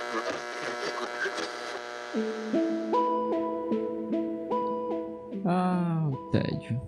Ah, o tédio.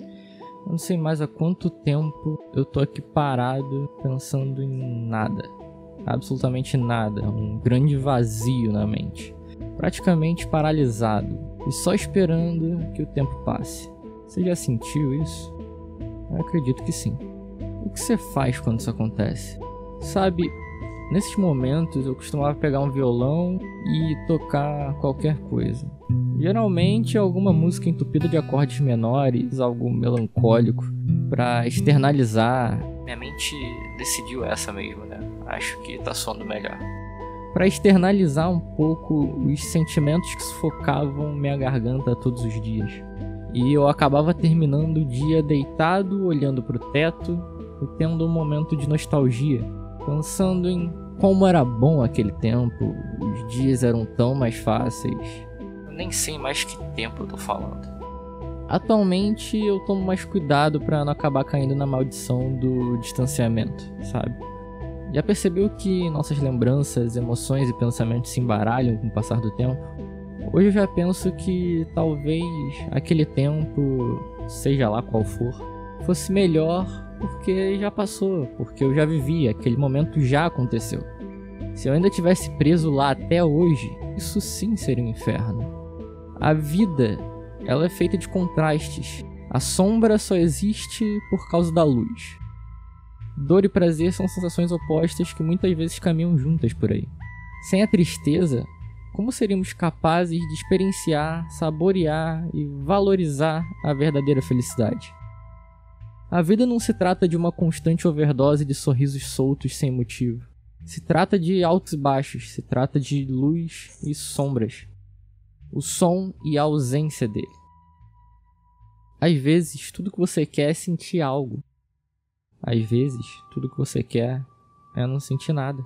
Eu não sei mais há quanto tempo eu tô aqui parado pensando em nada. Absolutamente nada. Um grande vazio na mente. Praticamente paralisado. E só esperando que o tempo passe. Você já sentiu isso? Eu acredito que sim. O que você faz quando isso acontece? Sabe, nesses momentos eu costumava pegar um violão e tocar qualquer coisa. Geralmente alguma música entupida de acordes menores, algo melancólico, pra externalizar. Minha mente decidiu essa mesmo, né? Acho que tá soando melhor. Pra externalizar um pouco os sentimentos que sufocavam minha garganta todos os dias. E eu acabava terminando o dia deitado, olhando pro teto e tendo um momento de nostalgia, pensando em como era bom aquele tempo, os dias eram tão mais fáceis. Eu nem sei mais que tempo eu tô falando. Atualmente eu tomo mais cuidado pra não acabar caindo na maldição do distanciamento, sabe? Já percebeu que nossas lembranças, emoções e pensamentos se embaralham com o passar do tempo? Hoje eu já penso que talvez aquele tempo, seja lá qual for, fosse melhor porque já passou, porque eu já vivi, aquele momento já aconteceu. Se eu ainda tivesse preso lá até hoje, isso sim seria um inferno. A vida, ela é feita de contrastes. A sombra só existe por causa da luz. Dor e prazer são sensações opostas que muitas vezes caminham juntas por aí. Sem a tristeza, como seríamos capazes de experienciar, saborear e valorizar a verdadeira felicidade? A vida não se trata de uma constante overdose de sorrisos soltos sem motivo. Se trata de altos e baixos, se trata de luz e sombras. O som e a ausência dele. Às vezes, tudo que você quer é sentir algo. Às vezes, tudo que você quer é não sentir nada.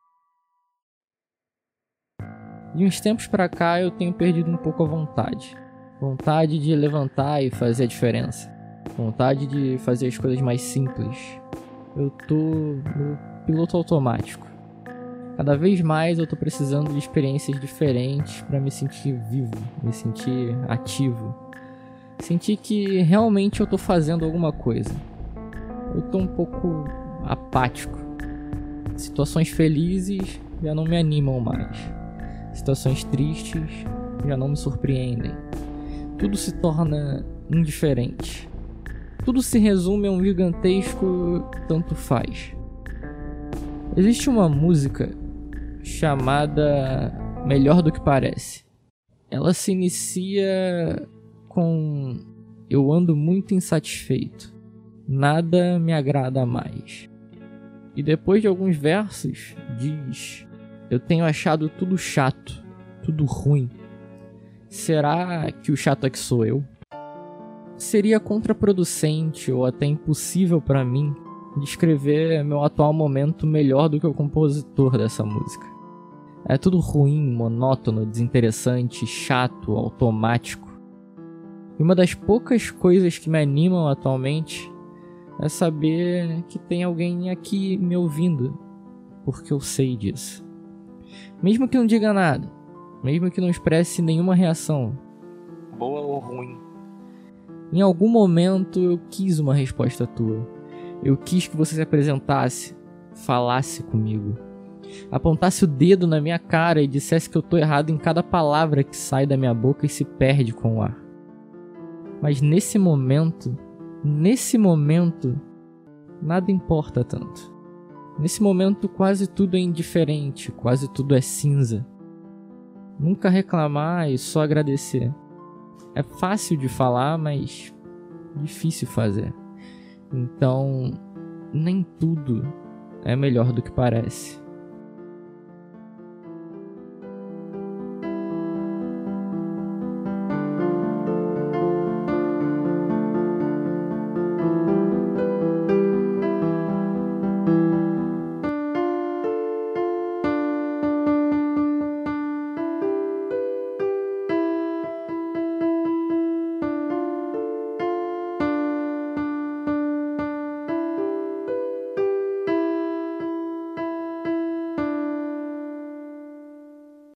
De uns tempos pra cá, eu tenho perdido um pouco a vontade. Vontade de levantar e fazer a diferença. Vontade de fazer as coisas mais simples. Eu tô no piloto automático. Cada vez mais eu tô precisando de experiências diferentes pra me sentir vivo, me sentir ativo. Sentir que realmente eu tô fazendo alguma coisa. Eu tô um pouco apático. Situações felizes já não me animam mais. Situações tristes já não me surpreendem. Tudo se torna indiferente. Tudo se resume a um gigantesco tanto faz. Existe uma música chamada Melhor do que Parece. Ela se inicia com: eu ando muito insatisfeito. Nada me agrada mais. E depois de alguns versos diz: eu tenho achado tudo chato, tudo ruim. Será que o chato é que sou eu? Seria contraproducente ou até impossível para mim descrever meu atual momento melhor do que o compositor dessa música. É tudo ruim, monótono, desinteressante, chato, automático. E uma das poucas coisas que me animam atualmente é saber que tem alguém aqui me ouvindo, porque eu sei disso. Mesmo que não diga nada, mesmo que não expresse nenhuma reação, boa ou ruim. Em algum momento eu quis uma resposta tua. Eu quis que você se apresentasse, falasse comigo, apontasse o dedo na minha cara e dissesse que eu tô errado em cada palavra que sai da minha boca e se perde com o ar. Mas nesse momento, nada importa tanto. Nesse momento quase tudo é indiferente, quase tudo é cinza. Nunca reclamar e só agradecer. É fácil de falar, mas difícil fazer. Então, nem tudo é melhor do que parece.